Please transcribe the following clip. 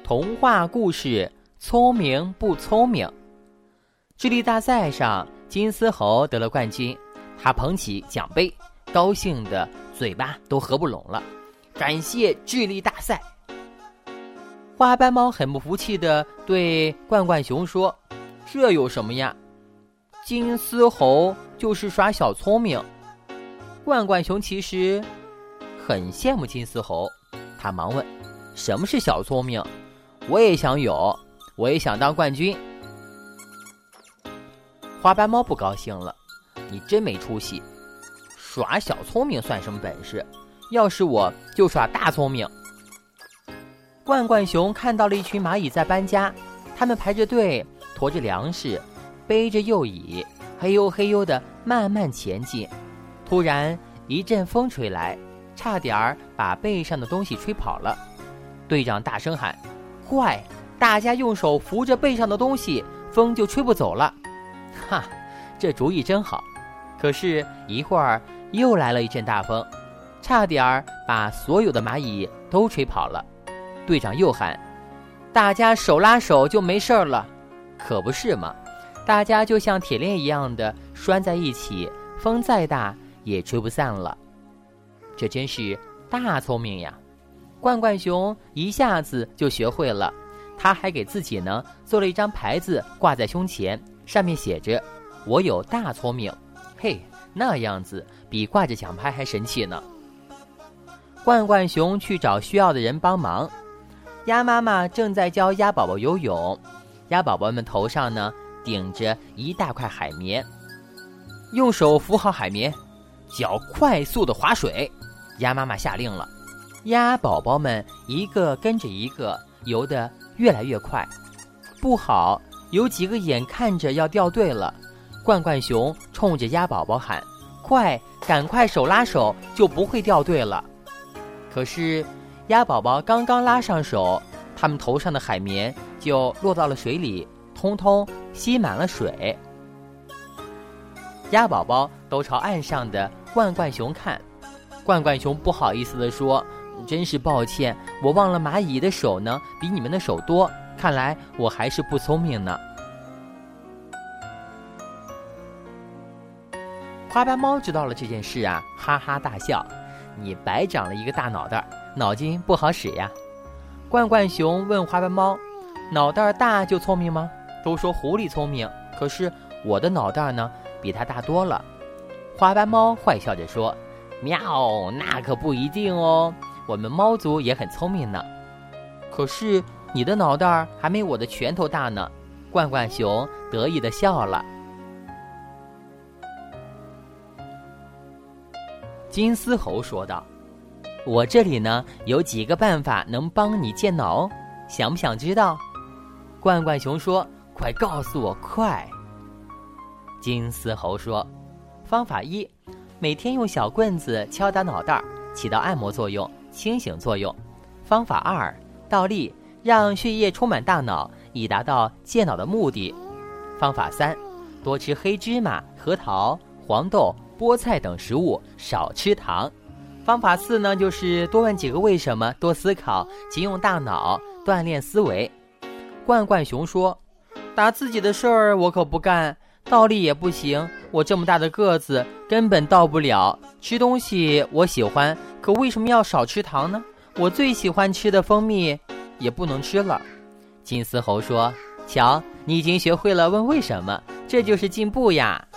童话故事聪明不聪明。智力大赛上，金丝猴得了冠军，他捧起奖杯，高兴的嘴巴都合不拢了，感谢智力大赛。花斑猫很不服气地对冠冠熊说，这有什么呀？金丝猴就是耍小聪明。冠冠熊其实很羡慕金丝猴，他忙问，什么是小聪明？我也想有，我也想当冠军。花斑猫不高兴了，你真没出息，耍小聪明算什么本事？要是我就耍大聪明。冠冠熊看到了一群蚂蚁在搬家，他们排着队，驮着粮食，背着幼蚁，嘿呦嘿呦地慢慢前进。突然一阵风吹来，差点把背上的东西吹跑了。队长大声喊，快，大家用手扶着背上的东西，风就吹不走了。哈，这主意真好。可是一会儿又来了一阵大风，差点把所有的蚂蚁都吹跑了。队长又喊，大家手拉手就没事了。可不是嘛，大家就像铁链一样的拴在一起，风再大也吹不散了。这真是大聪明呀！冠冠熊一下子就学会了，他还给自己呢做了一张牌子挂在胸前，上面写着，我有大聪明。嘿，那样子比挂着奖牌还神气呢。冠冠熊去找需要的人帮忙。鸭妈妈正在教鸭宝宝游泳，鸭宝宝们头上呢顶着一大块海绵，用手扶好海绵，脚快速的划水。鸭妈妈下令了，鸭宝宝们一个跟着一个游得越来越快。不好，有几个眼看着要掉队了。冠冠熊冲着鸭宝宝喊，快，赶快手拉手，就不会掉队了。可是鸭宝宝刚刚拉上手，他们头上的海绵就落到了水里，通通吸满了水。鸭宝宝都朝岸上的冠冠熊看。冠冠熊不好意思地说，真是抱歉，我忘了蚂蚁的手呢比你们的手多，看来我还是不聪明呢。花斑猫知道了这件事啊，哈哈大笑，你白长了一个大脑袋，脑筋不好使呀。冠冠熊问花斑猫，脑袋大就聪明吗？都说狐狸聪明，可是我的脑袋呢比它大多了。花斑猫坏笑着说，喵，那可不一定哦，我们猫族也很聪明呢。可是你的脑袋还没我的拳头大呢。冠冠熊得意地笑了。金丝猴说道，我这里呢有几个办法能帮你健脑哦，想不想知道？冠冠熊说，快告诉我，快。金丝猴说，方法一，每天用小棍子敲打脑袋，起到按摩作用、清醒作用。方法二，倒立，让血液充满大脑，以达到健脑的目的。方法三，多吃黑芝麻、核桃、黄豆、菠菜等食物，少吃糖。方法四呢，就是多问几个为什么，多思考，勤用大脑，锻炼思维。冠冠熊说，打自己的事儿我可不干，倒立也不行，我这么大的个子根本到不了。吃东西我喜欢，可为什么要少吃糖呢？我最喜欢吃的蜂蜜也不能吃了。金丝猴说，瞧，你已经学会了问为什么，这就是进步呀。